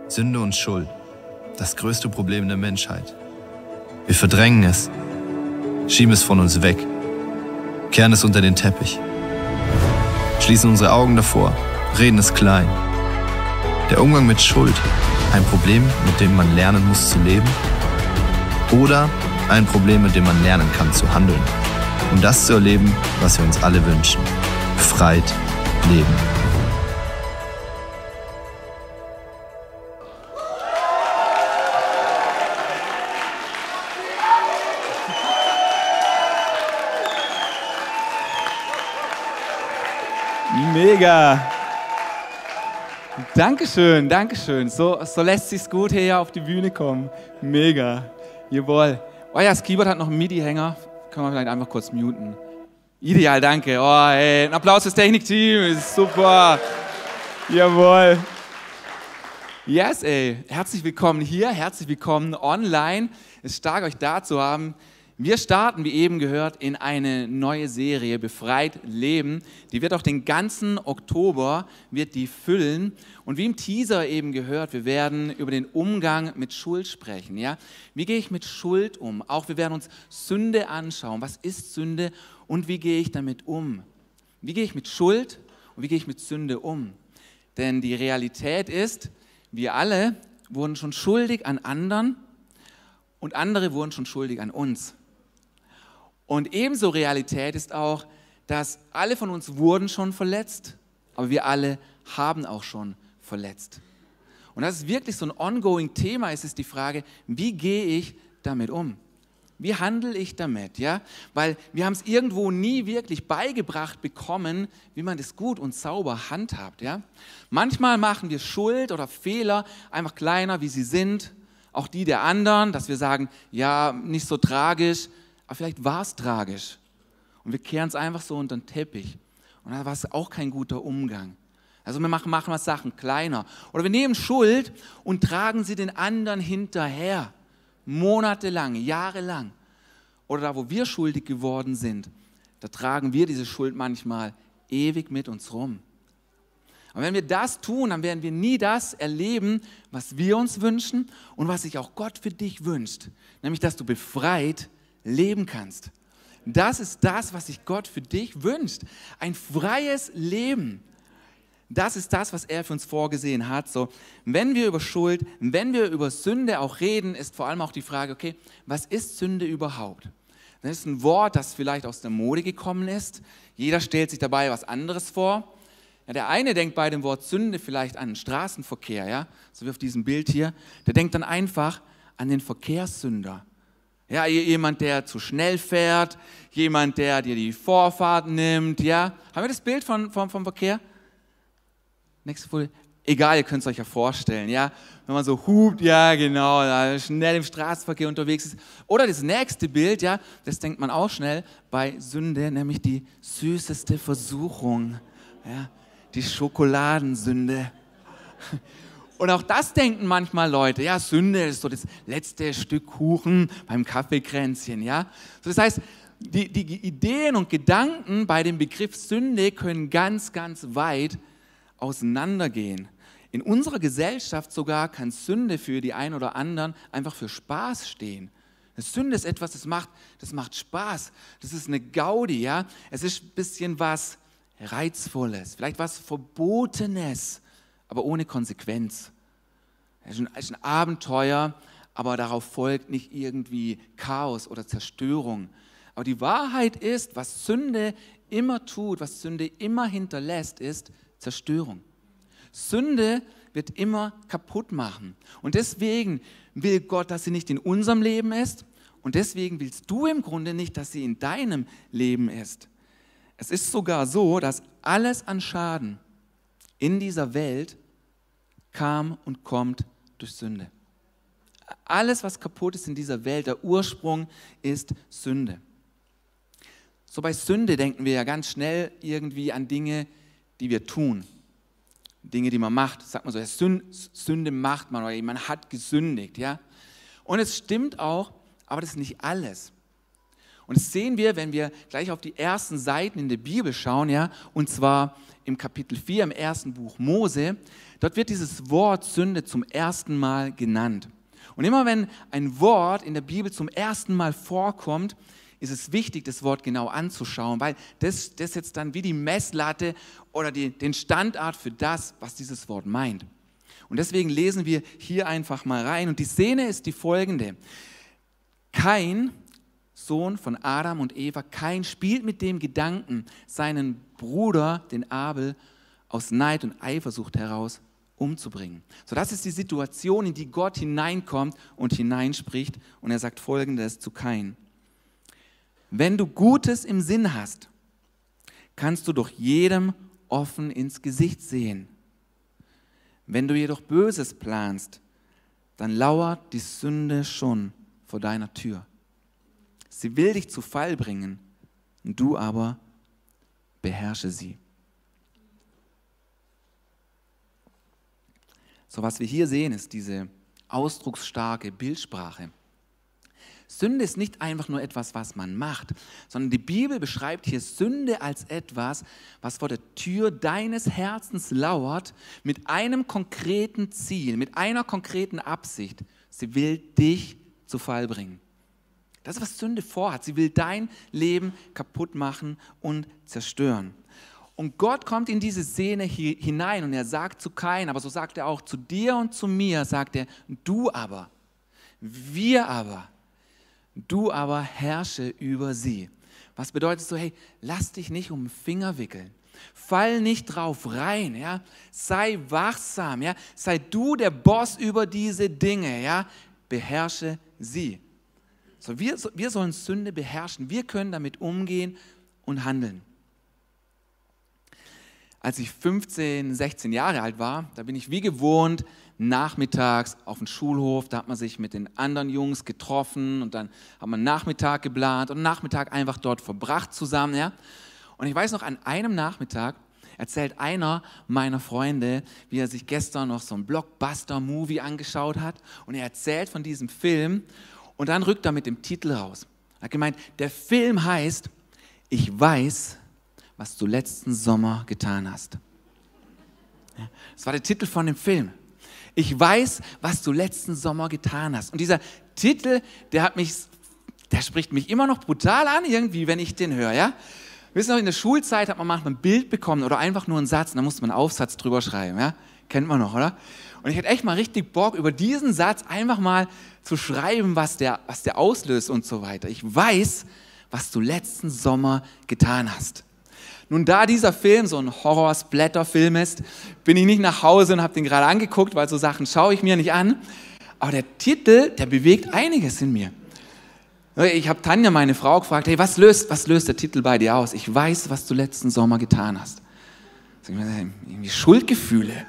Sünde und Schuld, das größte Problem der Menschheit. Wir verdrängen es, schieben es von uns weg, kehren es unter den Teppich, schließen unsere Augen davor, reden es klein. Der Umgang mit Schuld, ein Problem, mit dem man lernen muss zu leben, oder ein Problem, mit dem man lernen kann zu handeln, um das zu erleben, was wir uns alle wünschen: befreit leben. Mega. Dankeschön, Dankeschön. So lässt sich's gut hier auf die Bühne kommen. Mega. Jawohl. Oh ja, das Keyboard hat noch einen MIDI-Hänger. Können wir vielleicht einfach kurz muten. Ideal, danke. Oh, hey. Ein Applaus fürs Technikteam. Ist super. Jawohl. Yes, ey. Herzlich willkommen hier, herzlich willkommen online. Es ist stark, euch da zu haben. Wir starten, wie eben gehört, in eine neue Serie, Befreit Leben. Die wird auch den ganzen Oktober füllen. Und wie im Teaser eben gehört, wir werden über den Umgang mit Schuld sprechen. Ja? Wie gehe ich mit Schuld um? Auch wir werden uns Sünde anschauen. Was ist Sünde und wie gehe ich damit um? Wie gehe ich mit Schuld und wie gehe ich mit Sünde um? Denn die Realität ist, wir alle wurden schon schuldig an anderen und andere wurden schon schuldig an uns. Und ebenso Realität ist auch, dass alle von uns wurden schon verletzt, aber wir alle haben auch schon verletzt. Und das ist wirklich so ein ongoing Thema. Es ist die Frage, wie gehe ich damit um? Wie handle ich damit? Ja? Weil wir haben es irgendwo nie wirklich beigebracht bekommen, wie man das gut und sauber handhabt. Ja? Manchmal machen wir Schuld oder Fehler einfach kleiner, wie sie sind. Auch die der anderen, dass wir sagen, ja, nicht so tragisch. Aber vielleicht war es tragisch und wir kehren es einfach so unter den Teppich. Und da war es auch kein guter Umgang. Also wir machen wir Sachen kleiner. Oder wir nehmen Schuld und tragen sie den anderen hinterher. Monatelang, jahrelang. Oder da, wo wir schuldig geworden sind, da tragen wir diese Schuld manchmal ewig mit uns rum. Und wenn wir das tun, dann werden wir nie das erleben, was wir uns wünschen und was sich auch Gott für dich wünscht. Nämlich, dass du befreit leben kannst. Das ist das, was sich Gott für dich wünscht. Ein freies Leben. Das ist das, was er für uns vorgesehen hat. So, wenn wir über Schuld, wenn wir über Sünde auch reden, ist vor allem auch die Frage, okay, was ist Sünde überhaupt? Das ist ein Wort, das vielleicht aus der Mode gekommen ist. Jeder stellt sich dabei was anderes vor. Ja, der eine denkt bei dem Wort Sünde vielleicht an den Straßenverkehr, ja? So wie auf diesem Bild hier. Der denkt dann einfach an den Verkehrssünder. Ja, jemand, der zu schnell fährt, jemand, der dir die Vorfahrt nimmt, ja. Haben wir das Bild vom Verkehr? Nächste Folie. Egal, ihr könnt es euch ja vorstellen, ja. Wenn man so hupt, ja genau, schnell im Straßenverkehr unterwegs ist. Oder das nächste Bild, ja, das denkt man auch schnell bei Sünde, nämlich die süßeste Versuchung, ja, die Schokoladensünde. Und auch das denken manchmal Leute, ja, Sünde ist so das letzte Stück Kuchen beim Kaffeekränzchen, ja. So, das heißt, die Ideen und Gedanken bei dem Begriff Sünde können ganz, ganz weit auseinandergehen. In unserer Gesellschaft sogar kann Sünde für die einen oder anderen einfach für Spaß stehen. Sünde ist etwas, das macht Spaß, das ist eine Gaudi, ja. Es ist ein bisschen was Reizvolles, vielleicht was Verbotenes, aber ohne Konsequenz. Es ist ein Abenteuer, aber darauf folgt nicht irgendwie Chaos oder Zerstörung. Aber die Wahrheit ist, was Sünde immer tut, was Sünde immer hinterlässt, ist Zerstörung. Sünde wird immer kaputt machen. Und deswegen will Gott, dass sie nicht in unserem Leben ist. Und deswegen willst du im Grunde nicht, dass sie in deinem Leben ist. Es ist sogar so, dass alles an Schaden in dieser Welt kam und kommt durch Sünde. Alles, was kaputt ist in dieser Welt, der Ursprung ist Sünde. So bei Sünde denken wir ja ganz schnell irgendwie an Dinge, die wir tun. Dinge, die man macht. Sagt man so, ja, Sünde macht man oder man hat gesündigt. Ja? Und es stimmt auch, aber das ist nicht alles. Und das sehen wir, wenn wir gleich auf die ersten Seiten in der Bibel schauen, ja, und zwar im Kapitel 4 im ersten Buch Mose. Dort wird dieses Wort Sünde zum ersten Mal genannt. Und immer wenn ein Wort in der Bibel zum ersten Mal vorkommt, ist es wichtig, das Wort genau anzuschauen, weil das jetzt dann wie die Messlatte oder den Standard für das, was dieses Wort meint. Und deswegen lesen wir hier einfach mal rein. Und die Szene ist die folgende. Kain, Sohn von Adam und Eva, Kain spielt mit dem Gedanken, seinen Bruder, den Abel, aus Neid und Eifersucht heraus umzubringen. So, das ist die Situation, in die Gott hineinkommt und hineinspricht. Und er sagt Folgendes zu Kain. Wenn du Gutes im Sinn hast, kannst du doch jedem offen ins Gesicht sehen. Wenn du jedoch Böses planst, dann lauert die Sünde schon vor deiner Tür. Sie will dich zu Fall bringen, du aber beherrsche sie. So, was wir hier sehen, ist diese ausdrucksstarke Bildsprache. Sünde ist nicht einfach nur etwas, was man macht, sondern die Bibel beschreibt hier Sünde als etwas, was vor der Tür deines Herzens lauert, mit einem konkreten Ziel, mit einer konkreten Absicht. Sie will dich zu Fall bringen. Das ist, was Sünde vorhat. Sie will dein Leben kaputt machen und zerstören. Und Gott kommt in diese Szene hinein und er sagt zu Kain, aber so sagt er auch zu dir und zu mir, sagt er, du aber, wir aber, du aber herrsche über sie. Was bedeutet so, hey, lass dich nicht um den Finger wickeln. Fall nicht drauf rein, ja? Sei wachsam, ja? Sei du der Boss über diese Dinge, ja? Beherrsche sie. So, wir sollen Sünde beherrschen, wir können damit umgehen und handeln. Als ich 15, 16 Jahre alt war, da bin ich wie gewohnt nachmittags auf dem Schulhof, da hat man sich mit den anderen Jungs getroffen und dann hat man Nachmittag geplant und Nachmittag einfach dort verbracht zusammen. Ja? Und ich weiß noch, an einem Nachmittag erzählt einer meiner Freunde, wie er sich gestern noch so einen Blockbuster-Movie angeschaut hat und er erzählt von diesem Film und dann rückt er mit dem Titel raus. Er hat gemeint, der Film heißt, ich weiß, was du letzten Sommer getan hast. Ja, das war der Titel von dem Film. Ich weiß, was du letzten Sommer getan hast. Und dieser Titel, der spricht mich immer noch brutal an irgendwie, wenn ich den höre. Ja? Wisst ihr noch, in der Schulzeit hat man manchmal ein Bild bekommen oder einfach nur einen Satz und da musste man einen Aufsatz drüber schreiben. Ja? Kennt man noch, oder? Und ich hätte echt mal richtig Bock, über diesen Satz einfach mal zu schreiben, was der auslöst und so weiter. Ich weiß, was du letzten Sommer getan hast. Nun, da dieser Film so ein Horror-Splatter-Film ist, bin ich nicht nach Hause und habe den gerade angeguckt, weil so Sachen schaue ich mir nicht an. Aber der Titel, der bewegt einiges in mir. Ich habe Tanja, meine Frau, gefragt, hey, was löst der Titel bei dir aus? Ich weiß, was du letzten Sommer getan hast. Irgendwie Schuldgefühle.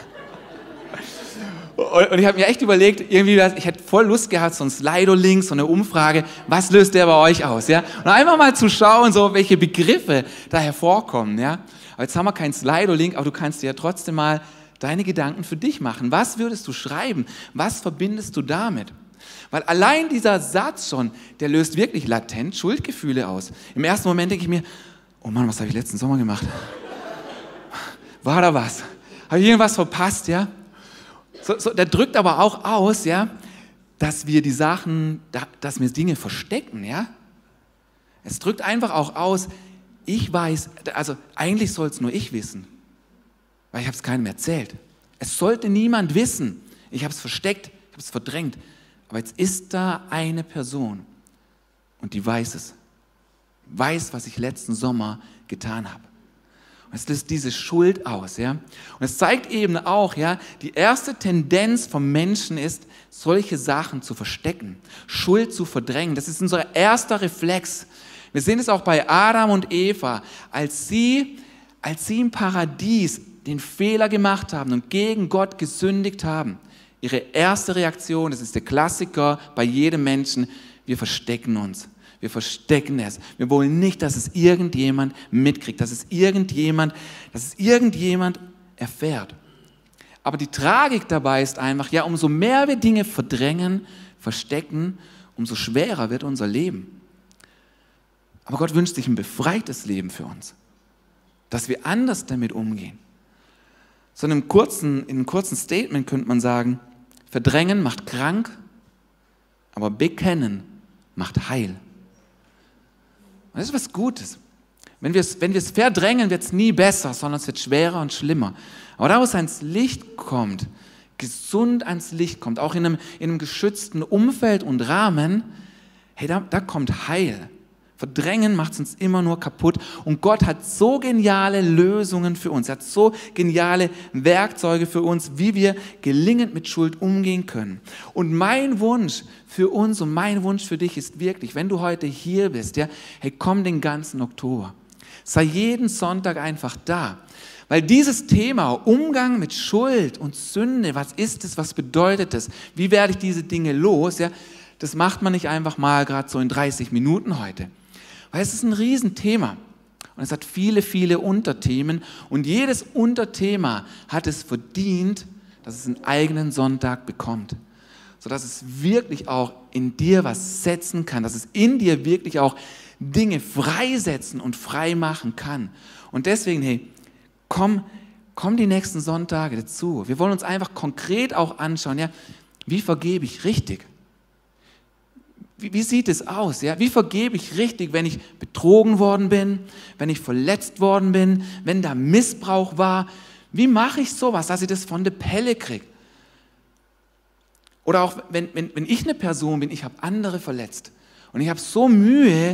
Und ich habe mir echt überlegt, ich hätte voll Lust gehabt, so ein Slido-Link, so eine Umfrage, was löst der bei euch aus? Ja? Und einfach mal zu schauen, so, welche Begriffe da hervorkommen. Ja? Aber jetzt haben wir keinen Slido-Link, aber du kannst dir ja trotzdem mal deine Gedanken für dich machen. Was würdest du schreiben? Was verbindest du damit? Weil allein dieser Satz schon, der löst wirklich latent Schuldgefühle aus. Im ersten Moment denke ich mir, oh Mann, was habe ich letzten Sommer gemacht? War da was? Habe ich irgendwas verpasst, ja? Der drückt aber auch aus, ja, dass wir dass wir Dinge verstecken, ja. Es drückt einfach auch aus, ich weiß, also eigentlich soll es nur ich wissen, weil ich habe es keinem erzählt. Es sollte niemand wissen. Ich habe es versteckt, ich habe es verdrängt. Aber jetzt ist da eine Person und die weiß es. Weiß, was ich letzten Sommer getan habe. Es löst diese Schuld aus, ja. Und es zeigt eben auch, ja, die erste Tendenz vom Menschen ist, solche Sachen zu verstecken, Schuld zu verdrängen. Das ist unser erster Reflex. Wir sehen es auch bei Adam und Eva, als sie im Paradies den Fehler gemacht haben und gegen Gott gesündigt haben. Ihre erste Reaktion, das ist der Klassiker bei jedem Menschen, wir verstecken uns. Wir verstecken es. Wir wollen nicht, dass es irgendjemand mitkriegt, dass es irgendjemand erfährt. Aber die Tragik dabei ist einfach, ja, umso mehr wir Dinge verdrängen, verstecken, umso schwerer wird unser Leben. Aber Gott wünscht sich ein befreites Leben für uns, dass wir anders damit umgehen. So in einem kurzen Statement könnte man sagen, verdrängen macht krank, aber bekennen macht heil. Und das ist was Gutes. Wenn wir es verdrängen, wird es nie besser, sondern es wird schwerer und schlimmer. Aber da, wo es ans Licht kommt, gesund ans Licht kommt, auch in einem geschützten Umfeld und Rahmen, hey, da kommt Heil. Verdrängen macht es uns immer nur kaputt. Und Gott hat so geniale Lösungen für uns. Er hat so geniale Werkzeuge für uns, wie wir gelingend mit Schuld umgehen können. Und mein Wunsch für uns und mein Wunsch für dich ist wirklich, wenn du heute hier bist, ja, hey, komm den ganzen Oktober. Sei jeden Sonntag einfach da. Weil dieses Thema Umgang mit Schuld und Sünde, was ist es, was bedeutet es, wie werde ich diese Dinge los, ja, das macht man nicht einfach mal gerade so in 30 Minuten heute. Weil es ist ein Riesenthema und es hat viele, viele Unterthemen und jedes Unterthema hat es verdient, dass es einen eigenen Sonntag bekommt, sodass es wirklich auch in dir was setzen kann, dass es in dir wirklich auch Dinge freisetzen und frei machen kann. Und deswegen, hey, komm die nächsten Sonntage dazu. Wir wollen uns einfach konkret auch anschauen, ja, wie vergebe ich richtig? Wie sieht es aus? Ja? Wie vergebe ich richtig, wenn ich betrogen worden bin, wenn ich verletzt worden bin, wenn da Missbrauch war? Wie mache ich sowas, dass ich das von der Pelle kriege? Oder auch, wenn ich eine Person bin, ich habe andere verletzt und ich habe so Mühe,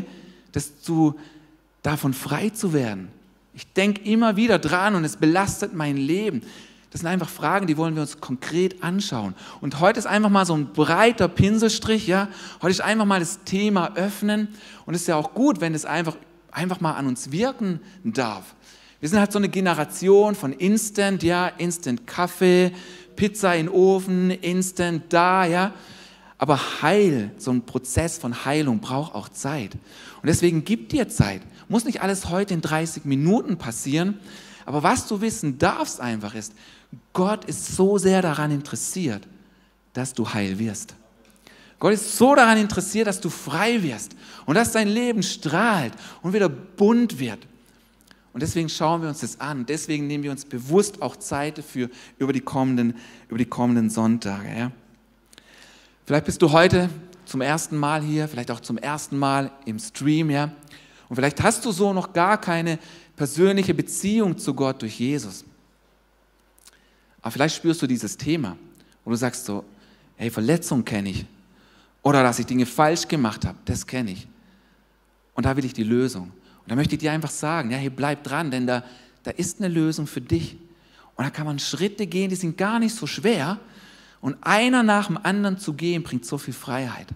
davon frei zu werden. Ich denke immer wieder dran und es belastet mein Leben. Das sind einfach Fragen, die wollen wir uns konkret anschauen. Und heute ist einfach mal so ein breiter Pinselstrich, ja. Heute ist einfach mal das Thema öffnen. Und es ist ja auch gut, wenn es einfach mal an uns wirken darf. Wir sind halt so eine Generation von Instant, ja. Instant Kaffee, Pizza in den Ofen, Instant da, ja. Aber Heil, so ein Prozess von Heilung braucht auch Zeit. Und deswegen gib dir Zeit. Muss nicht alles heute in 30 Minuten passieren. Aber was du wissen darfst einfach ist, Gott ist so sehr daran interessiert, dass du heil wirst. Gott ist so daran interessiert, dass du frei wirst und dass dein Leben strahlt und wieder bunt wird. Und deswegen schauen wir uns das an. Deswegen nehmen wir uns bewusst auch Zeit dafür über die kommenden Sonntage. Ja. Vielleicht bist du heute zum ersten Mal hier, vielleicht auch zum ersten Mal im Stream. Ja. Und vielleicht hast du so noch gar keine persönliche Beziehung zu Gott durch Jesus. Aber vielleicht spürst du dieses Thema, wo du sagst so, hey, Verletzung kenne ich. Oder dass ich Dinge falsch gemacht habe, das kenne ich. Und da will ich die Lösung. Und da möchte ich dir einfach sagen, ja, hey, bleib dran, denn da ist eine Lösung für dich. Und da kann man Schritte gehen, die sind gar nicht so schwer. Und einer nach dem anderen zu gehen, bringt so viel Freiheit.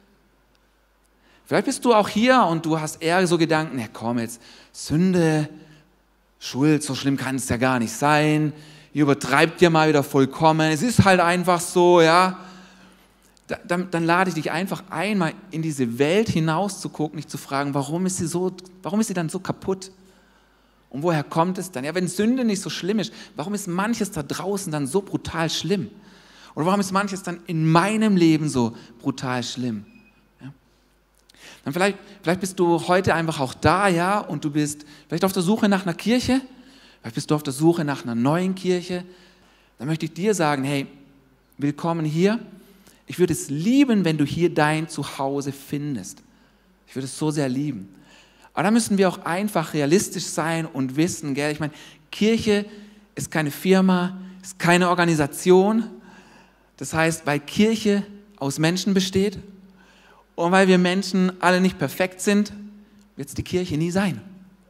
Vielleicht bist du auch hier und du hast eher so Gedanken, ja komm jetzt, Sünde, Schuld, so schlimm kann es ja gar nicht sein. Ihr übertreibt ja mal wieder vollkommen. Es ist halt einfach so, ja. Dann lade ich dich einfach ein, mal in diese Welt hinaus zu gucken, dich zu fragen, warum ist sie dann so kaputt? Und woher kommt es dann? Ja, wenn Sünde nicht so schlimm ist, warum ist manches da draußen dann so brutal schlimm? Oder warum ist manches dann in meinem Leben so brutal schlimm? Ja. Dann vielleicht bist du heute einfach auch da, ja, und du bist vielleicht auf der Suche nach einer Kirche, vielleicht bist du auf der Suche nach einer neuen Kirche. Dann möchte ich dir sagen, hey, willkommen hier. Ich würde es lieben, wenn du hier dein Zuhause findest. Ich würde es so sehr lieben. Aber da müssen wir auch einfach realistisch sein und wissen, gell? Ich meine, Kirche ist keine Firma, ist keine Organisation. Das heißt, weil Kirche aus Menschen besteht und weil wir Menschen alle nicht perfekt sind, wird es die Kirche nie sein.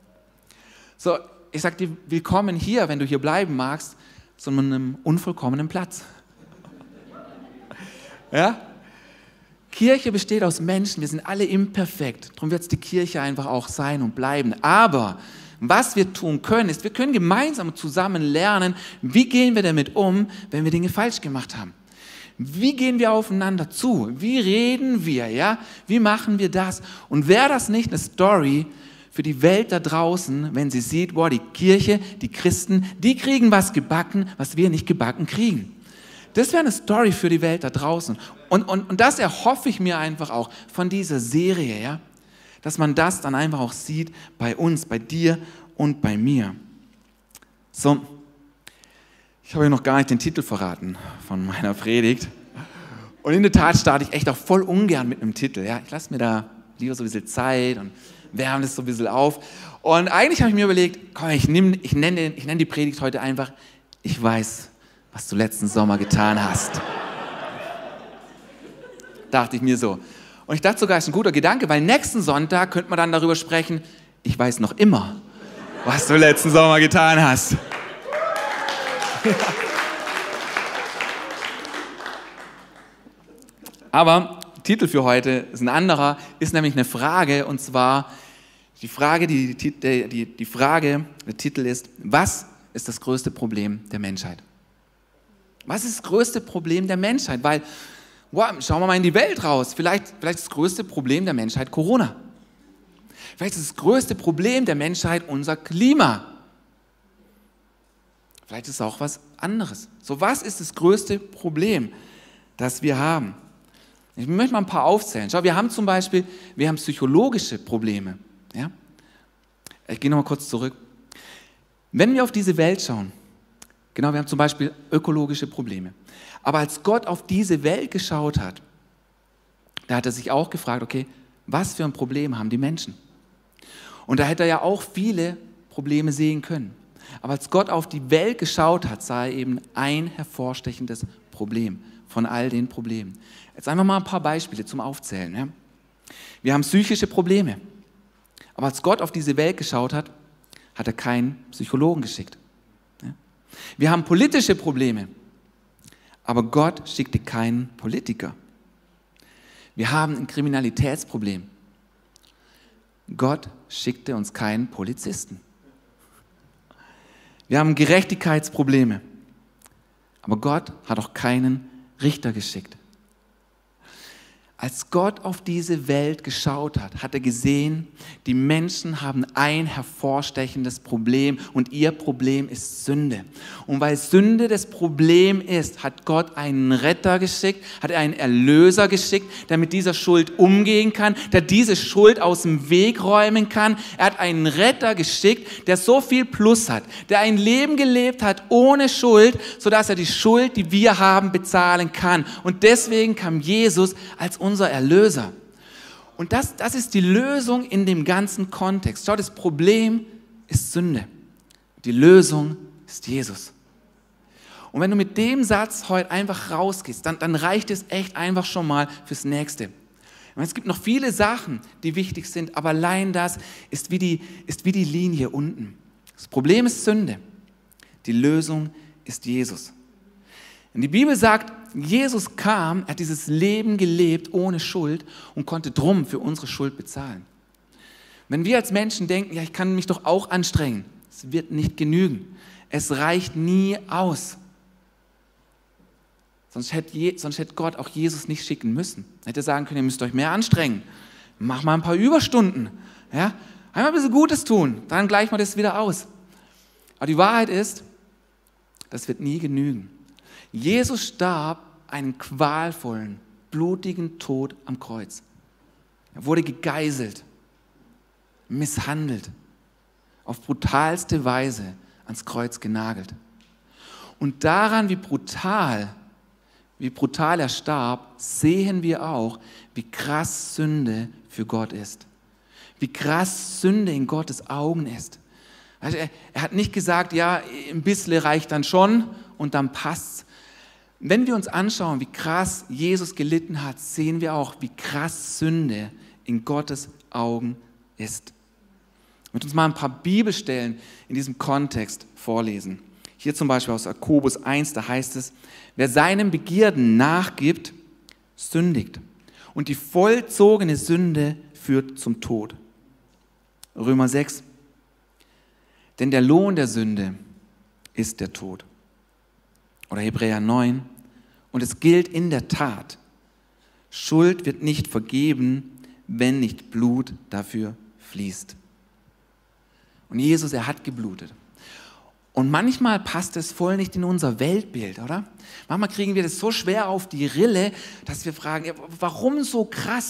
So, ich sage dir, willkommen hier, wenn du hier bleiben magst, zu einem unvollkommenen Platz. Ja? Kirche besteht aus Menschen, wir sind alle imperfekt, darum wird es die Kirche einfach auch sein und bleiben. Aber was wir tun können, ist, wir können gemeinsam zusammen lernen, wie gehen wir damit um, wenn wir Dinge falsch gemacht haben. Wie gehen wir aufeinander zu? Wie reden wir? Ja? Wie machen wir das? Und wäre das nicht eine Story für die Welt da draußen, wenn sie sieht, boah, die Kirche, die Christen, die kriegen was gebacken, was wir nicht gebacken kriegen. Das wäre eine Story für die Welt da draußen. Und das erhoffe ich mir einfach auch von dieser Serie, ja? Dass man das dann einfach auch sieht bei uns, bei dir und bei mir. So, ich habe euch noch gar nicht den Titel verraten von meiner Predigt. Und in der Tat starte ich echt auch voll ungern mit einem Titel. Ja, ich lasse mir da lieber so ein bisschen Zeit und wärme das so ein bisschen auf. Und eigentlich habe ich mir überlegt, komm, ich nenne die Predigt heute einfach, ich weiß, was du letzten Sommer getan hast. Dachte ich mir so. Und ich dachte sogar, es ist ein guter Gedanke, weil nächsten Sonntag könnte man dann darüber sprechen, ich weiß noch immer, was du letzten Sommer getan hast. Aber Titel für heute ist ein anderer, ist nämlich eine Frage, und zwar der Titel ist, was ist das größte Problem der Menschheit? Was ist das größte Problem der Menschheit? Weil, wow, schauen wir mal in die Welt raus, vielleicht ist das größte Problem der Menschheit Corona. Vielleicht ist das größte Problem der Menschheit unser Klima. Vielleicht ist es auch was anderes. So, was ist das größte Problem, das wir haben? Ich möchte mal ein paar aufzählen. Schau, wir haben zum Beispiel, psychologische Probleme. Ja? Ich gehe nochmal kurz zurück. Wenn wir auf diese Welt schauen, genau, wir haben zum Beispiel ökologische Probleme. Aber als Gott auf diese Welt geschaut hat, da hat er sich auch gefragt, okay, was für ein Problem haben die Menschen? Und da hätte er ja auch viele Probleme sehen können. Aber als Gott auf die Welt geschaut hat, sah er eben ein hervorstechendes Problem von all den Problemen. Jetzt einfach mal ein paar Beispiele zum Aufzählen. Ja? Wir haben psychische Probleme. Aber als Gott auf diese Welt geschaut hat, hat er keinen Psychologen geschickt. Ja? Wir haben politische Probleme. Aber Gott schickte keinen Politiker. Wir haben ein Kriminalitätsproblem. Gott schickte uns keinen Polizisten. Wir haben Gerechtigkeitsprobleme. Aber Gott hat auch keinen Richter geschickt. Als Gott auf diese Welt geschaut hat, hat er gesehen, die Menschen haben ein hervorstechendes Problem und ihr Problem ist Sünde. Und weil Sünde das Problem ist, hat Gott einen Retter geschickt, hat er einen Erlöser geschickt, der mit dieser Schuld umgehen kann, der diese Schuld aus dem Weg räumen kann. Er hat einen Retter geschickt, der so viel Plus hat, der ein Leben gelebt hat ohne Schuld, sodass er die Schuld, die wir haben, bezahlen kann. Und deswegen kam Jesus als unser Erlöser. Und das ist die Lösung in dem ganzen Kontext. Schau, das Problem ist Sünde. Die Lösung ist Jesus. Und wenn du mit dem Satz heute einfach rausgehst, dann reicht es echt einfach schon mal fürs Nächste. Es gibt noch viele Sachen, die wichtig sind, aber allein das ist wie die Linie unten. Das Problem ist Sünde. Die Lösung ist Jesus. Und die Bibel sagt, Jesus kam, er hat dieses Leben gelebt ohne Schuld und konnte drum für unsere Schuld bezahlen. Wenn wir als Menschen denken, ja, ich kann mich doch auch anstrengen, es wird nicht genügen. Es reicht nie aus. Sonst hätte Gott auch Jesus nicht schicken müssen. Er hätte sagen können, ihr müsst euch mehr anstrengen. Mach mal ein paar Überstunden. Ja? Einmal ein bisschen Gutes tun, dann gleichen wir das wieder aus. Aber die Wahrheit ist, das wird nie genügen. Jesus starb einen qualvollen, blutigen Tod am Kreuz. Er wurde gegeißelt, misshandelt, auf brutalste Weise ans Kreuz genagelt. Und daran, wie brutal er starb, sehen wir auch, wie krass Sünde für Gott ist. Wie krass Sünde in Gottes Augen ist. Also er hat nicht gesagt, ja, ein bisschen reicht dann schon und dann passt's. Wenn wir uns anschauen, wie krass Jesus gelitten hat, sehen wir auch, wie krass Sünde in Gottes Augen ist. Ich möchte uns mal ein paar Bibelstellen in diesem Kontext vorlesen. Hier zum Beispiel aus Jakobus 1, da heißt es, wer seinen Begierden nachgibt, sündigt. Und die vollzogene Sünde führt zum Tod. Römer 6, denn der Lohn der Sünde ist der Tod. Oder Hebräer 9, und es gilt in der Tat, Schuld wird nicht vergeben, wenn nicht Blut dafür fließt. Und Jesus, er hat geblutet. Und manchmal passt es voll nicht in unser Weltbild, oder? Manchmal kriegen wir das so schwer auf die Rille, dass wir fragen, ja, warum so krass?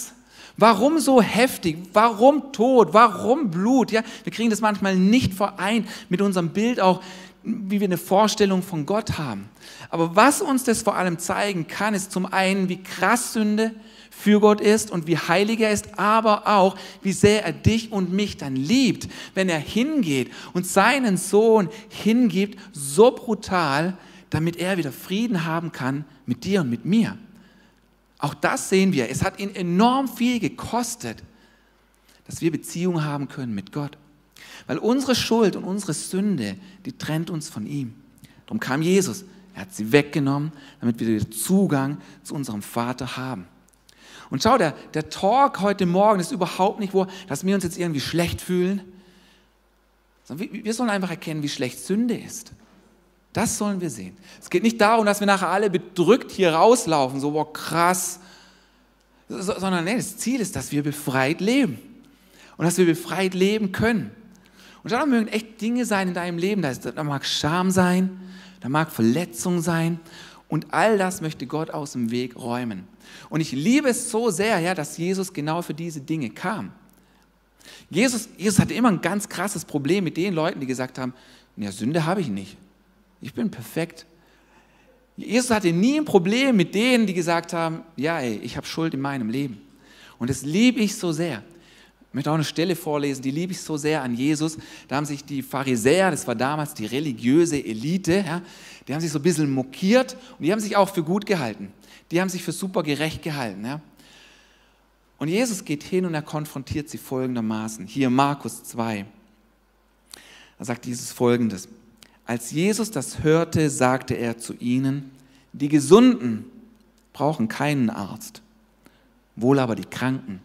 Warum so heftig? Warum Tod? Warum Blut? Ja, wir kriegen das manchmal nicht vereint mit unserem Bild auch, wie wir eine Vorstellung von Gott haben. Aber was uns das vor allem zeigen kann, ist zum einen, wie krass Sünde für Gott ist und wie heilig er ist, aber auch, wie sehr er dich und mich dann liebt, wenn er hingeht und seinen Sohn hingibt, so brutal, damit er wieder Frieden haben kann mit dir und mit mir. Auch das sehen wir. Es hat ihn enorm viel gekostet, dass wir Beziehung haben können mit Gott. Weil unsere Schuld und unsere Sünde, die trennt uns von ihm. Darum kam Jesus. Er hat sie weggenommen, damit wir wieder Zugang zu unserem Vater haben. Und schau, der Talk heute Morgen ist überhaupt nicht, dass wir uns jetzt irgendwie schlecht fühlen, sondern wir sollen einfach erkennen, wie schlecht Sünde ist. Das sollen wir sehen. Es geht nicht darum, dass wir nachher alle bedrückt hier rauslaufen, so, boah, krass, sondern nee, das Ziel ist, dass wir befreit leben und dass wir befreit leben können. Und da mögen echt Dinge sein in deinem Leben, da mag Scham sein, da mag Verletzung sein und all das möchte Gott aus dem Weg räumen. Und ich liebe es so sehr, ja, dass Jesus genau für diese Dinge kam. Jesus hatte immer ein ganz krasses Problem mit den Leuten, die gesagt haben, ja, Sünde habe ich nicht. Ich bin perfekt. Jesus hatte nie ein Problem mit denen, die gesagt haben, ja, ey, ich habe Schuld in meinem Leben. Und das liebe ich so sehr. Ich möchte auch eine Stelle vorlesen, die liebe ich so sehr an Jesus. Da haben sich die Pharisäer, das war damals die religiöse Elite, ja, die haben sich so ein bisschen mokiert und die haben sich auch für gut gehalten. Die haben sich für super gerecht gehalten. Ja. Und Jesus geht hin und er konfrontiert sie folgendermaßen. Hier Markus 2. Da sagt Jesus Folgendes. Als Jesus das hörte, sagte er zu ihnen, die Gesunden brauchen keinen Arzt, wohl aber die Kranken.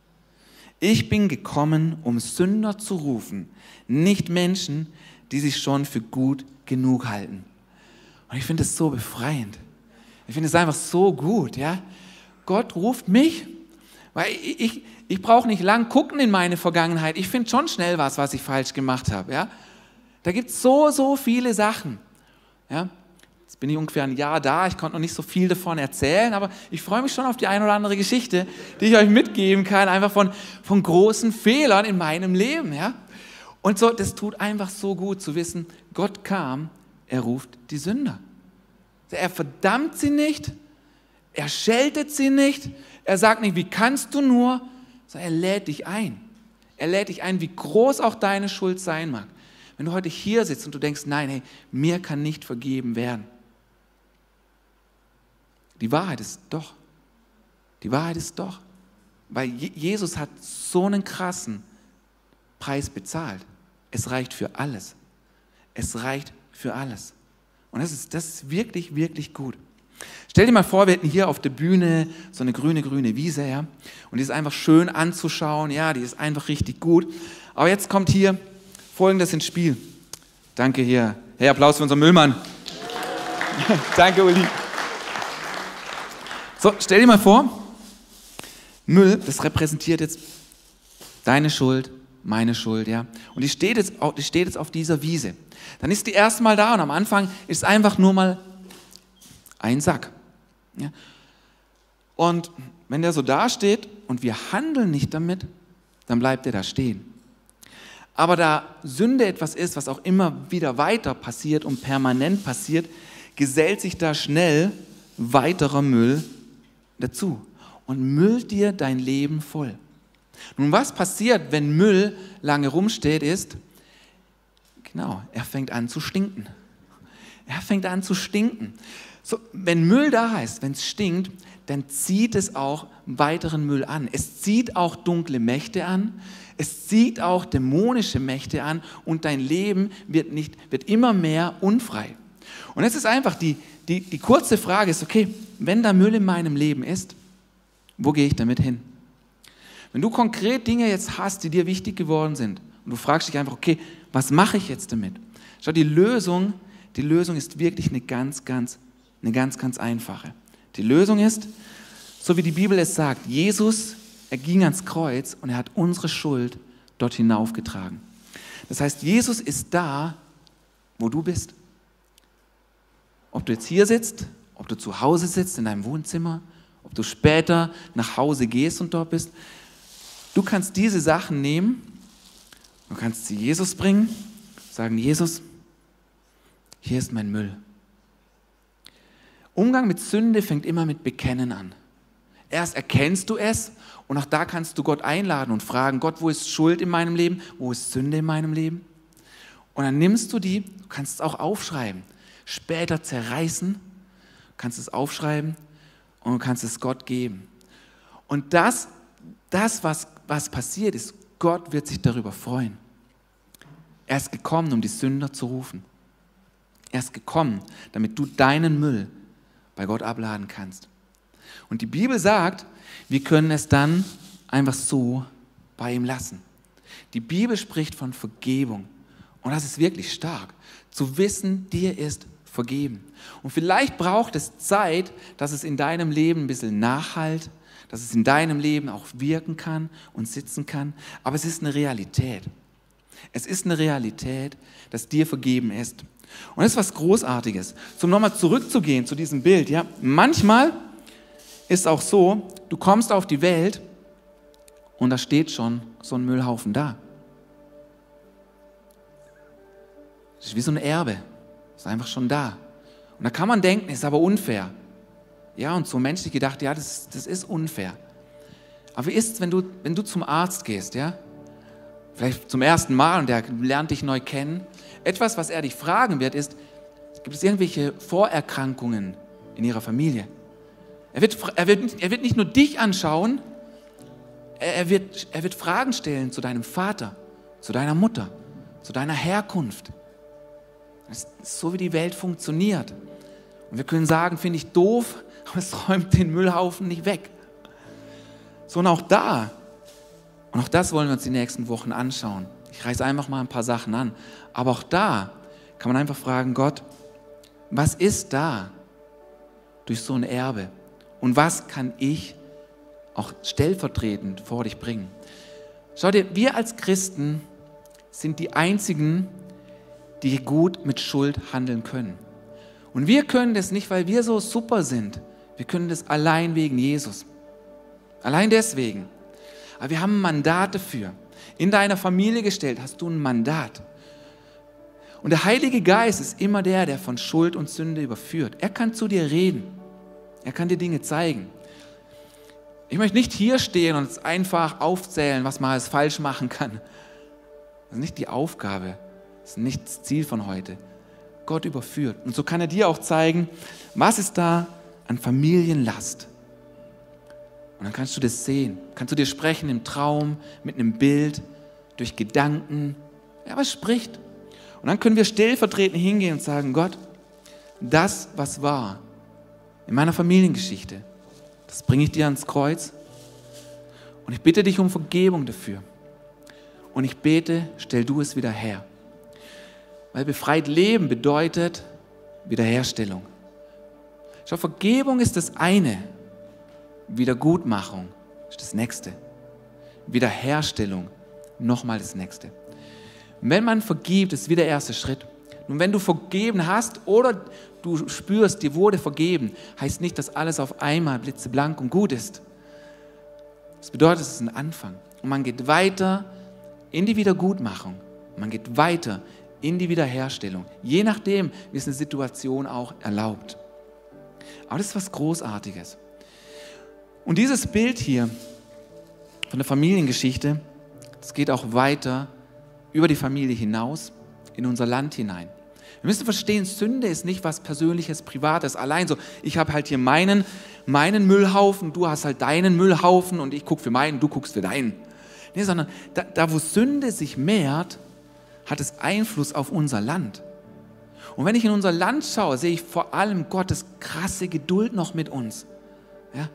Ich bin gekommen, um Sünder zu rufen, nicht Menschen, die sich schon für gut genug halten. Und ich finde es so befreiend. Ich finde es einfach so gut. Ja? Gott ruft mich, weil ich brauche nicht lang gucken in meine Vergangenheit. Ich finde schon schnell was ich falsch gemacht habe. Ja? Da gibt es so viele Sachen. Ja? Jetzt bin ich ungefähr ein Jahr da, ich konnte noch nicht so viel davon erzählen, aber ich freue mich schon auf die eine oder andere Geschichte, die ich euch mitgeben kann, einfach von großen Fehlern in meinem Leben. Ja? Und so, das tut einfach so gut zu wissen, Gott kam, er ruft die Sünder. Er verdammt sie nicht, er scheltet sie nicht, er sagt nicht, wie kannst du nur, sondern er lädt dich ein. Er lädt dich ein, wie groß auch deine Schuld sein mag. Wenn du heute hier sitzt und du denkst, nein, hey, mir kann nicht vergeben werden. Die Wahrheit ist doch, weil Jesus hat so einen krassen Preis bezahlt. Es reicht für alles. Es reicht für alles. Und das ist wirklich, wirklich gut. Stell dir mal vor, wir hätten hier auf der Bühne so eine grüne Wiese, ja, und die ist einfach schön anzuschauen, ja, die ist einfach richtig gut. Aber jetzt kommt hier Folgendes ins Spiel. Danke hier. Hey, Applaus für unseren Müllmann. Danke, Uli. So, stell dir mal vor, Müll, das repräsentiert jetzt deine Schuld, meine Schuld, ja. Und die steht jetzt auf dieser Wiese. Dann ist die erstmal da und am Anfang ist einfach nur mal ein Sack. Ja. Und wenn der so da steht und wir handeln nicht damit, dann bleibt er da stehen. Aber da Sünde etwas ist, was auch immer wieder weiter passiert und permanent passiert, gesellt sich da schnell weiterer Müll dazu und müllt dir dein Leben voll. Nun, was passiert, wenn Müll lange rumsteht, ist, genau, er fängt an zu stinken. Er fängt an zu stinken. So, wenn Müll da ist, wenn es stinkt, dann zieht es auch weiteren Müll an. Es zieht auch dunkle Mächte an, es zieht auch dämonische Mächte an und dein Leben wird immer mehr unfrei. Und jetzt ist einfach die kurze Frage ist, okay, wenn da Müll in meinem Leben ist, wo gehe ich damit hin? Wenn du konkret Dinge jetzt hast, die dir wichtig geworden sind und du fragst dich einfach, okay, was mache ich jetzt damit? Schau, die Lösung ist wirklich eine ganz einfache. Die Lösung ist, so wie die Bibel es sagt, Jesus, er ging ans Kreuz und er hat unsere Schuld dort hinaufgetragen. Das heißt, Jesus ist da, wo du bist. Ob du jetzt hier sitzt, ob du zu Hause sitzt in deinem Wohnzimmer, ob du später nach Hause gehst und dort bist. Du kannst diese Sachen nehmen, du kannst sie Jesus bringen, sagen, Jesus, hier ist mein Müll. Umgang mit Sünde fängt immer mit Bekennen an. Erst erkennst du es und auch da kannst du Gott einladen und fragen, Gott, wo ist Schuld in meinem Leben? Wo ist Sünde in meinem Leben? Und dann nimmst du die, du kannst es auch aufschreiben, später zerreißen, du kannst es aufschreiben und du kannst es Gott geben. Und das was passiert ist, Gott wird sich darüber freuen. Er ist gekommen, um die Sünder zu rufen. Er ist gekommen, damit du deinen Müll bei Gott abladen kannst. Und die Bibel sagt, wir können es dann einfach so bei ihm lassen. Die Bibel spricht von Vergebung. Und das ist wirklich stark, zu wissen, dir ist vergeben. Und vielleicht braucht es Zeit, dass es in deinem Leben ein bisschen nachhallt, dass es in deinem Leben auch wirken kann und sitzen kann. Aber es ist eine Realität. Es ist eine Realität, dass dir vergeben ist. Und das ist was Großartiges. Um nochmal zurückzugehen zu diesem Bild. Ja, manchmal ist auch so, du kommst auf die Welt und da steht schon so ein Müllhaufen da. Das ist wie so ein Erbe. Das ist einfach schon da. Und da kann man denken, ist aber unfair. Ja, und so menschlich gedacht, ja, das ist unfair. Aber wie ist es, wenn du zum Arzt gehst, ja? Vielleicht zum ersten Mal und der lernt dich neu kennen. Etwas, was er dich fragen wird, ist, gibt es irgendwelche Vorerkrankungen in ihrer Familie? Er wird nicht nur dich anschauen, er wird Fragen stellen zu deinem Vater, zu deiner Mutter, zu deiner Herkunft. Das ist so, wie die Welt funktioniert. Und wir können sagen, finde ich doof, aber es räumt den Müllhaufen nicht weg. So und auch da, und auch das wollen wir uns die nächsten Wochen anschauen. Ich reiße einfach mal ein paar Sachen an. Aber auch da kann man einfach fragen, Gott, was ist da durch so ein Erbe? Und was kann ich auch stellvertretend vor dich bringen? Schau dir, wir als Christen sind die Einzigen, die gut mit Schuld handeln können. Und wir können das nicht, weil wir so super sind. Wir können das allein wegen Jesus. Allein deswegen. Aber wir haben ein Mandat dafür. In deiner Familie gestellt hast du ein Mandat. Und der Heilige Geist ist immer der von Schuld und Sünde überführt. Er kann zu dir reden. Er kann dir Dinge zeigen. Ich möchte nicht hier stehen und es einfach aufzählen, was man alles falsch machen kann. Das ist nicht die Aufgabe. Das ist nicht das Ziel von heute. Gott überführt. Und so kann er dir auch zeigen, was ist da an Familienlast. Und dann kannst du das sehen. Kannst du dir sprechen im Traum, mit einem Bild, durch Gedanken. Ja, was spricht? Und dann können wir stellvertretend hingehen und sagen, Gott, das, was war in meiner Familiengeschichte, das bringe ich dir ans Kreuz. Und ich bitte dich um Vergebung dafür. Und ich bete, stell du es wieder her. Weil befreit leben bedeutet Wiederherstellung. Schau, Vergebung ist das eine. Wiedergutmachung ist das nächste. Wiederherstellung, nochmal das nächste. Und wenn man vergibt, ist wieder der erste Schritt. Und wenn du vergeben hast oder du spürst, dir wurde vergeben, heißt nicht, dass alles auf einmal blitzeblank und gut ist. Das bedeutet, es ist ein Anfang. Und man geht weiter in die Wiedergutmachung. Man geht weiter in die Wiederherstellung. Je nachdem, wie es eine Situation auch erlaubt. Aber das ist was Großartiges. Und dieses Bild hier von der Familiengeschichte, das geht auch weiter über die Familie hinaus in unser Land hinein. Wir müssen verstehen, Sünde ist nicht was Persönliches, Privates. Allein so, ich habe halt hier meinen Müllhaufen, du hast halt deinen Müllhaufen und ich gucke für meinen, du guckst für deinen. Nee, sondern da wo Sünde sich mehrt, hat es Einfluss auf unser Land. Und wenn ich in unser Land schaue, sehe ich vor allem Gottes krasse Geduld noch mit uns. Ja?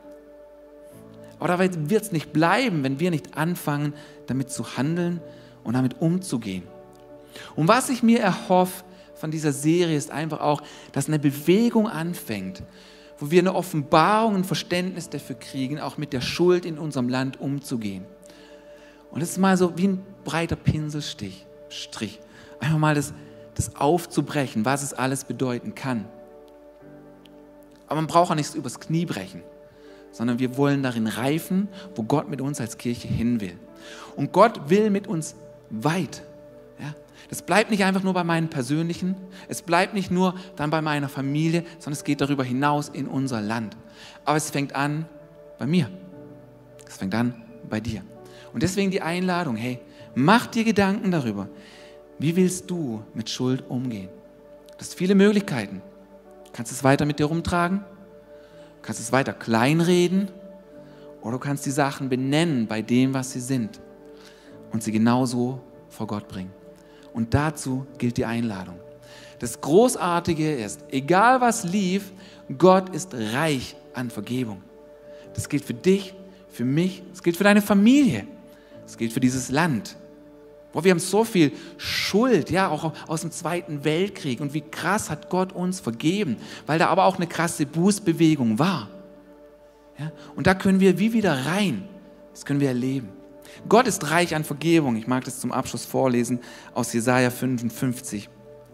Aber dabei wird es nicht bleiben, wenn wir nicht anfangen, damit zu handeln und damit umzugehen. Und was ich mir erhoffe von dieser Serie ist einfach auch, dass eine Bewegung anfängt, wo wir eine Offenbarung, ein Verständnis dafür kriegen, auch mit der Schuld in unserem Land umzugehen. Und das ist mal so wie ein breiter Pinselstrich. Einfach mal das aufzubrechen, was es alles bedeuten kann. Aber man braucht auch nichts übers Knie brechen. sondern wir wollen darin reifen, wo Gott mit uns als Kirche hin will. Und Gott will mit uns weit. Ja? Das bleibt nicht einfach nur bei meinen Persönlichen, es bleibt nicht nur dann bei meiner Familie, sondern es geht darüber hinaus in unser Land. Aber es fängt an bei mir. Es fängt an bei dir. Und deswegen die Einladung, hey, mach dir Gedanken darüber, wie willst du mit Schuld umgehen? Du hast viele Möglichkeiten. Du kannst es weiter mit dir rumtragen, du kannst es weiter kleinreden oder du kannst die Sachen benennen bei dem, was sie sind und sie genauso vor Gott bringen. Und dazu gilt die Einladung. Das Großartige ist, egal was lief, Gott ist reich an Vergebung. Das gilt für dich, für mich, es gilt für deine Familie, es gilt für dieses Land. Boah, wir haben so viel Schuld, ja, auch aus dem Zweiten Weltkrieg. Und wie krass hat Gott uns vergeben, weil da aber auch eine krasse Bußbewegung war. Ja, und da können wir wie wieder rein. Das können wir erleben. Gott ist reich an Vergebung. Ich mag das zum Abschluss vorlesen aus Jesaja 55.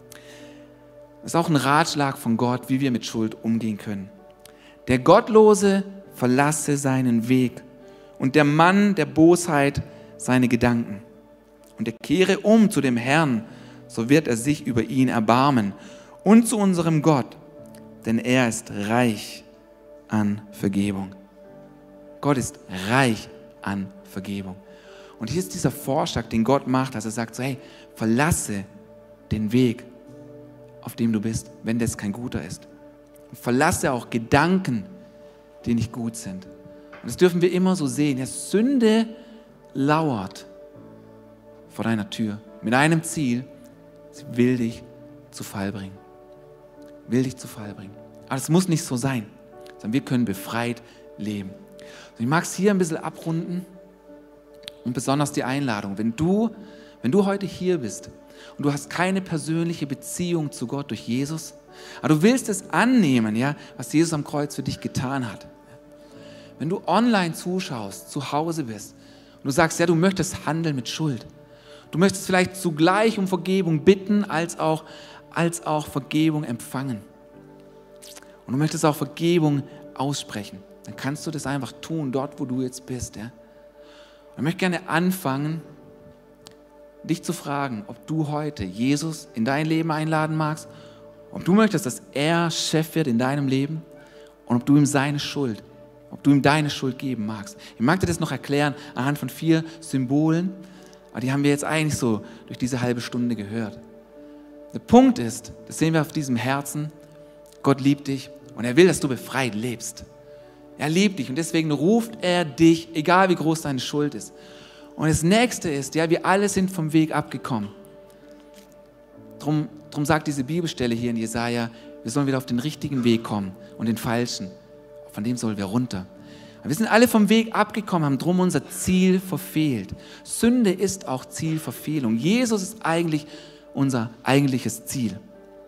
Das ist auch ein Ratschlag von Gott, wie wir mit Schuld umgehen können. Der Gottlose verlasse seinen Weg und der Mann der Bosheit seine Gedanken. Und er kehre um zu dem Herrn, so wird er sich über ihn erbarmen. Und zu unserem Gott, denn er ist reich an Vergebung. Gott ist reich an Vergebung. Und hier ist dieser Vorschlag, den Gott macht, dass er sagt, so, hey, verlasse den Weg, auf dem du bist, wenn das kein guter ist. Und verlasse auch Gedanken, die nicht gut sind. Und das dürfen wir immer so sehen. Ja, Sünde lauert vor deiner Tür mit einem Ziel, sie will dich zu Fall bringen. Will dich zu Fall bringen. Aber es muss nicht so sein, sondern wir können befreit leben. Und ich mag es hier ein bisschen abrunden und besonders die Einladung. Wenn du heute hier bist und du hast keine persönliche Beziehung zu Gott durch Jesus, aber du willst es annehmen, ja, was Jesus am Kreuz für dich getan hat. Wenn du online zuschaust, zu Hause bist und du sagst, ja, du möchtest handeln mit Schuld, du möchtest vielleicht zugleich um Vergebung bitten, als auch Vergebung empfangen. Und du möchtest auch Vergebung aussprechen. Dann kannst du das einfach tun, dort, wo du jetzt bist. Ja? Und ich möchte gerne anfangen, dich zu fragen, ob du heute Jesus in dein Leben einladen magst, ob du möchtest, dass er Chef wird in deinem Leben und ob du ihm deine Schuld geben magst. Ich mag dir das noch erklären anhand von 4 Symbolen, aber die haben wir jetzt eigentlich so durch diese halbe Stunde gehört. Der Punkt ist, das sehen wir auf diesem Herzen, Gott liebt dich und er will, dass du befreit lebst. Er liebt dich und deswegen ruft er dich, egal wie groß deine Schuld ist. Und das Nächste ist, ja, wir alle sind vom Weg abgekommen. Drum sagt diese Bibelstelle hier in Jesaja, wir sollen wieder auf den richtigen Weg kommen und den falschen, von dem sollen wir runter. Wir sind alle vom Weg abgekommen, haben drum unser Ziel verfehlt. Sünde ist auch Zielverfehlung. Jesus ist eigentlich unser eigentliches Ziel.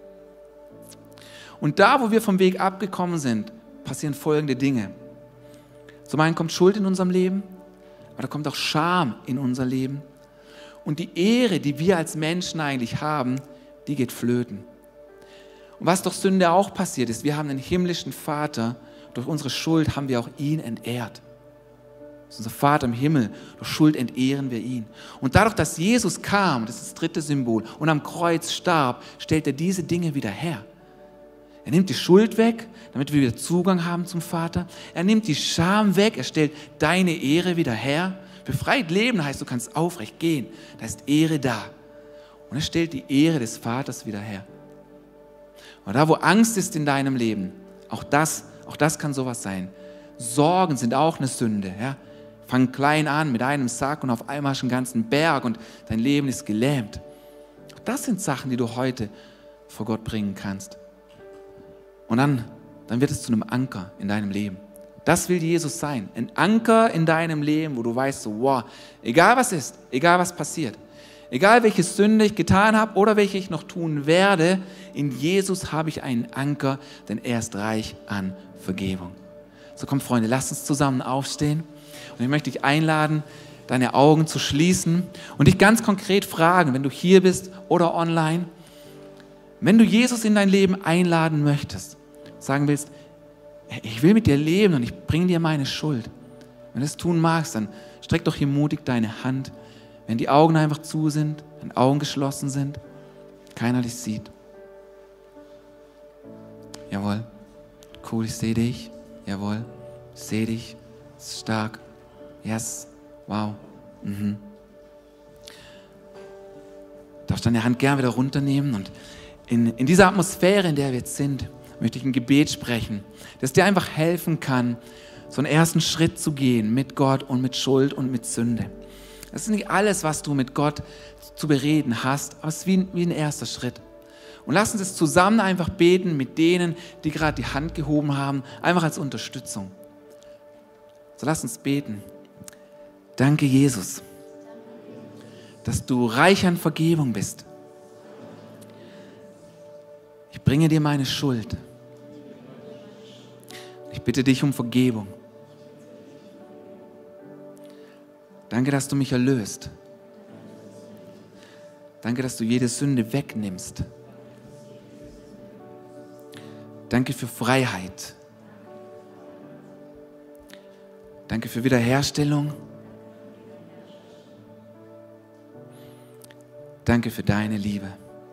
Und da, wo wir vom Weg abgekommen sind, passieren folgende Dinge. Zum einen kommt Schuld in unserem Leben, aber da kommt auch Scham in unser Leben. Und die Ehre, die wir als Menschen eigentlich haben, die geht flöten. Und was durch Sünde auch passiert ist, wir haben einen himmlischen Vater, durch unsere Schuld haben wir auch ihn entehrt. Das ist unser Vater im Himmel, durch Schuld entehren wir ihn. Und dadurch, dass Jesus kam, das ist das 3. Symbol, und am Kreuz starb, stellt er diese Dinge wieder her. Er nimmt die Schuld weg, damit wir wieder Zugang haben zum Vater. Er nimmt die Scham weg, er stellt deine Ehre wieder her. Befreit leben heißt, du kannst aufrecht gehen, da ist Ehre da. Und er stellt die Ehre des Vaters wieder her. Und da, wo Angst ist in deinem Leben, auch das kann sowas sein. Sorgen sind auch eine Sünde. Ja? Fang klein an mit einem Sack und auf einmal hast du einen ganzen Berg und dein Leben ist gelähmt. Auch das sind Sachen, die du heute vor Gott bringen kannst. Und dann wird es zu einem Anker in deinem Leben. Das will Jesus sein. Ein Anker in deinem Leben, wo du weißt, so, wow, egal was ist, egal was passiert, egal welche Sünde ich getan habe oder welche ich noch tun werde, in Jesus habe ich einen Anker, denn er ist reich an Vergebung. So, komm Freunde, lasst uns zusammen aufstehen. Und ich möchte dich einladen, deine Augen zu schließen und dich ganz konkret fragen, wenn du hier bist oder online, wenn du Jesus in dein Leben einladen möchtest, sagen willst, ich will mit dir leben und ich bringe dir meine Schuld. Wenn du es tun magst, dann streck doch hier mutig deine Hand. Wenn die Augen einfach zu sind, wenn Augen geschlossen sind, keiner dich sieht. Jawohl. Cool, ich sehe dich. Jawohl. Ich sehe dich. Das ist stark. Yes. Wow. Darfst deine Hand gern wieder runternehmen und in dieser Atmosphäre, in der wir jetzt sind, möchte ich ein Gebet sprechen, das dir einfach helfen kann, so einen ersten Schritt zu gehen mit Gott und mit Schuld und mit Sünde. Das ist nicht alles, was du mit Gott zu bereden hast, aber es ist wie ein erster Schritt. Und lass uns es zusammen einfach beten mit denen, die gerade die Hand gehoben haben, einfach als Unterstützung. So lass uns beten. Danke, Jesus, dass du reich an Vergebung bist. Ich bringe dir meine Schuld. Ich bitte dich um Vergebung. Danke, dass du mich erlöst. Danke, dass du jede Sünde wegnimmst. Danke für Freiheit. Danke für Wiederherstellung. Danke für deine Liebe.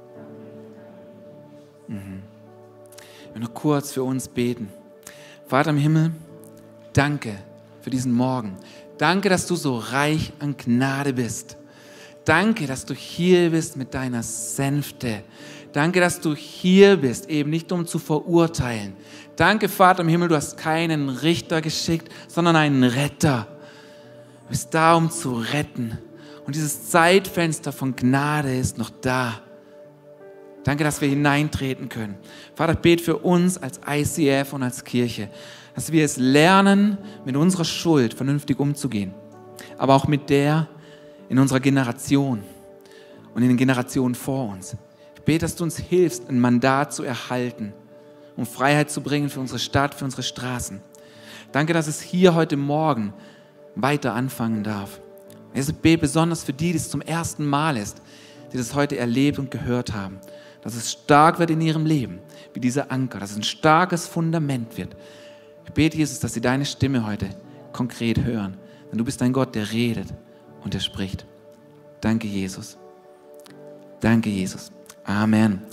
Ich will noch kurz für uns beten. Vater im Himmel, danke für diesen Morgen. Danke, dass du so reich an Gnade bist. Danke, dass du hier bist mit deiner Sänfte. Danke, dass du hier bist, eben nicht um zu verurteilen. Danke, Vater im Himmel, du hast keinen Richter geschickt, sondern einen Retter. Du bist da, um zu retten. Und dieses Zeitfenster von Gnade ist noch da. Danke, dass wir hineintreten können. Vater, ich bete für uns als ICF und als Kirche, dass wir es lernen, mit unserer Schuld vernünftig umzugehen. Aber auch mit der in unserer Generation und in den Generationen vor uns. Ich bete, dass du uns hilfst, ein Mandat zu erhalten, um Freiheit zu bringen für unsere Stadt, für unsere Straßen. Danke, dass es hier heute Morgen weiter anfangen darf. Ich bete besonders für die, die es zum ersten Mal ist, die das heute erlebt und gehört haben, dass es stark wird in ihrem Leben, wie dieser Anker, dass es ein starkes Fundament wird. Ich bete, Jesus, dass sie deine Stimme heute konkret hören, denn du bist ein Gott, der redet und der spricht. Danke, Jesus. Danke, Jesus. Amen.